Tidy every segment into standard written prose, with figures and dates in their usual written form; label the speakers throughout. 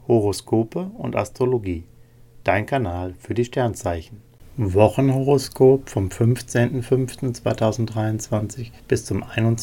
Speaker 1: Horoskope und Astrologie. Dein Kanal für die Sternzeichen. Wochenhoroskop vom 15.05.2023 bis zum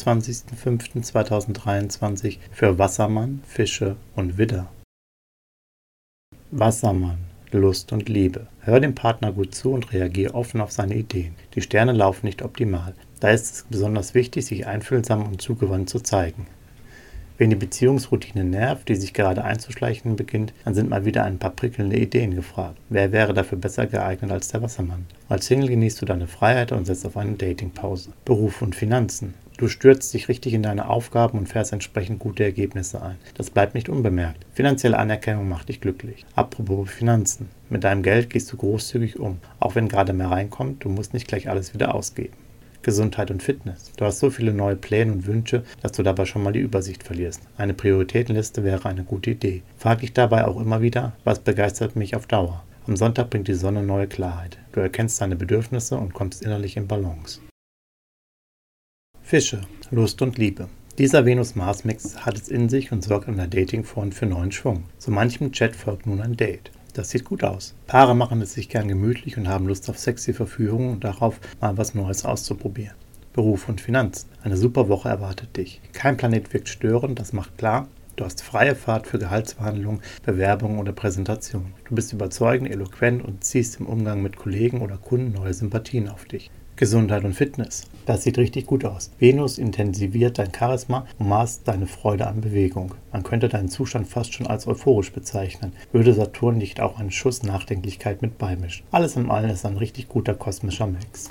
Speaker 1: 21.05.2023 für Wassermann, Fische und Widder. Wassermann, Lust und Liebe. Hör dem Partner gut zu und reagiere offen auf seine Ideen. Die Sterne laufen nicht optimal. Da ist es besonders wichtig, sich einfühlsam und zugewandt zu zeigen. Wenn die Beziehungsroutine nervt, die sich gerade einzuschleichen beginnt, dann sind mal wieder ein paar prickelnde Ideen gefragt. Wer wäre dafür besser geeignet als der Wassermann? Als Single genießt du deine Freiheit und setzt auf eine Datingpause. Beruf und Finanzen. Du stürzt dich richtig in deine Aufgaben und fährst entsprechend gute Ergebnisse ein. Das bleibt nicht unbemerkt. Finanzielle Anerkennung macht dich glücklich. Apropos Finanzen. Mit deinem Geld gehst du großzügig um. Auch wenn gerade mehr reinkommt, du musst nicht gleich alles wieder ausgeben. Gesundheit und Fitness. Du hast so viele neue Pläne und Wünsche, dass du dabei schon mal die Übersicht verlierst. Eine Prioritätenliste wäre eine gute Idee. Frag dich dabei auch immer wieder, was begeistert mich auf Dauer? Am Sonntag bringt die Sonne neue Klarheit. Du erkennst deine Bedürfnisse und kommst innerlich in Balance. Fische, Lust und Liebe. Dieser Venus-Mars-Mix hat es in sich und sorgt an der Datingfront für neuen Schwung. Zu manchem Chat folgt nun ein Date. Das sieht gut aus. Paare machen es sich gern gemütlich und haben Lust auf sexy Verführung und darauf, mal was Neues auszuprobieren. Beruf und Finanzen. Eine super Woche erwartet dich. Kein Planet wirkt störend, das macht klar. Du hast freie Fahrt für Gehaltsverhandlungen, Bewerbungen oder Präsentationen. Du bist überzeugend, eloquent und ziehst im Umgang mit Kollegen oder Kunden neue Sympathien auf dich. Gesundheit und Fitness. Das sieht richtig gut aus. Venus intensiviert dein Charisma und Mars deine Freude an Bewegung. Man könnte deinen Zustand fast schon als euphorisch bezeichnen. Würde Saturn nicht auch einen Schuss Nachdenklichkeit mit beimischen. Alles in allem ist ein richtig guter kosmischer Mix.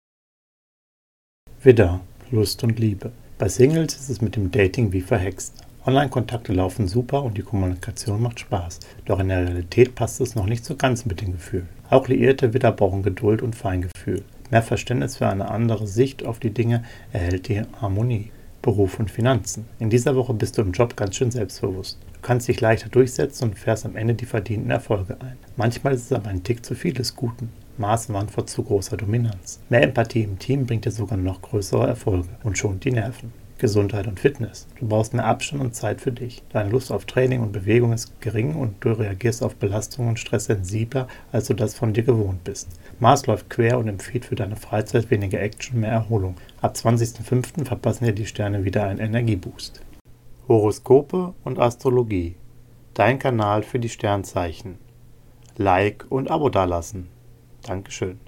Speaker 1: Widder, Lust und Liebe. Bei Singles ist es mit dem Dating wie verhext. Online-Kontakte laufen super und die Kommunikation macht Spaß. Doch in der Realität passt es noch nicht so ganz mit den Gefühlen. Auch liierte Widder brauchen Geduld und Feingefühl. Mehr Verständnis für eine andere Sicht auf die Dinge erhält die Harmonie. Beruf und Finanzen. In dieser Woche bist du im Job ganz schön selbstbewusst. Du kannst dich leichter durchsetzen und fährst am Ende die verdienten Erfolge ein. Manchmal ist es aber ein Tick zu viel des Guten. Maß warnt vor zu großer Dominanz. Mehr Empathie im Team bringt dir sogar noch größere Erfolge und schont die Nerven. Gesundheit und Fitness. Du brauchst mehr Abstand und Zeit für dich. Deine Lust auf Training und Bewegung ist gering und du reagierst auf Belastung und Stress sensibler, als du das von dir gewohnt bist. Mars läuft quer und empfiehlt für deine Freizeit weniger Action, mehr Erholung. Ab 20.05. verpassen dir die Sterne wieder einen Energieboost. Horoskope und Astrologie. Dein Kanal für die Sternzeichen. Like und Abo dalassen. Dankeschön.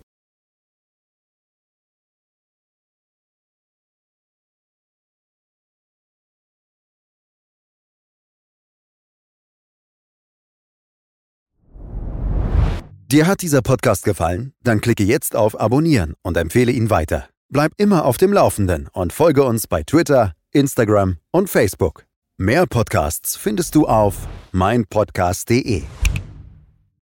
Speaker 2: Dir hat dieser Podcast gefallen? Dann klicke jetzt auf Abonnieren und empfehle ihn weiter. Bleib immer auf dem Laufenden und folge uns bei Twitter, Instagram und Facebook. Mehr Podcasts findest du auf meinpodcast.de.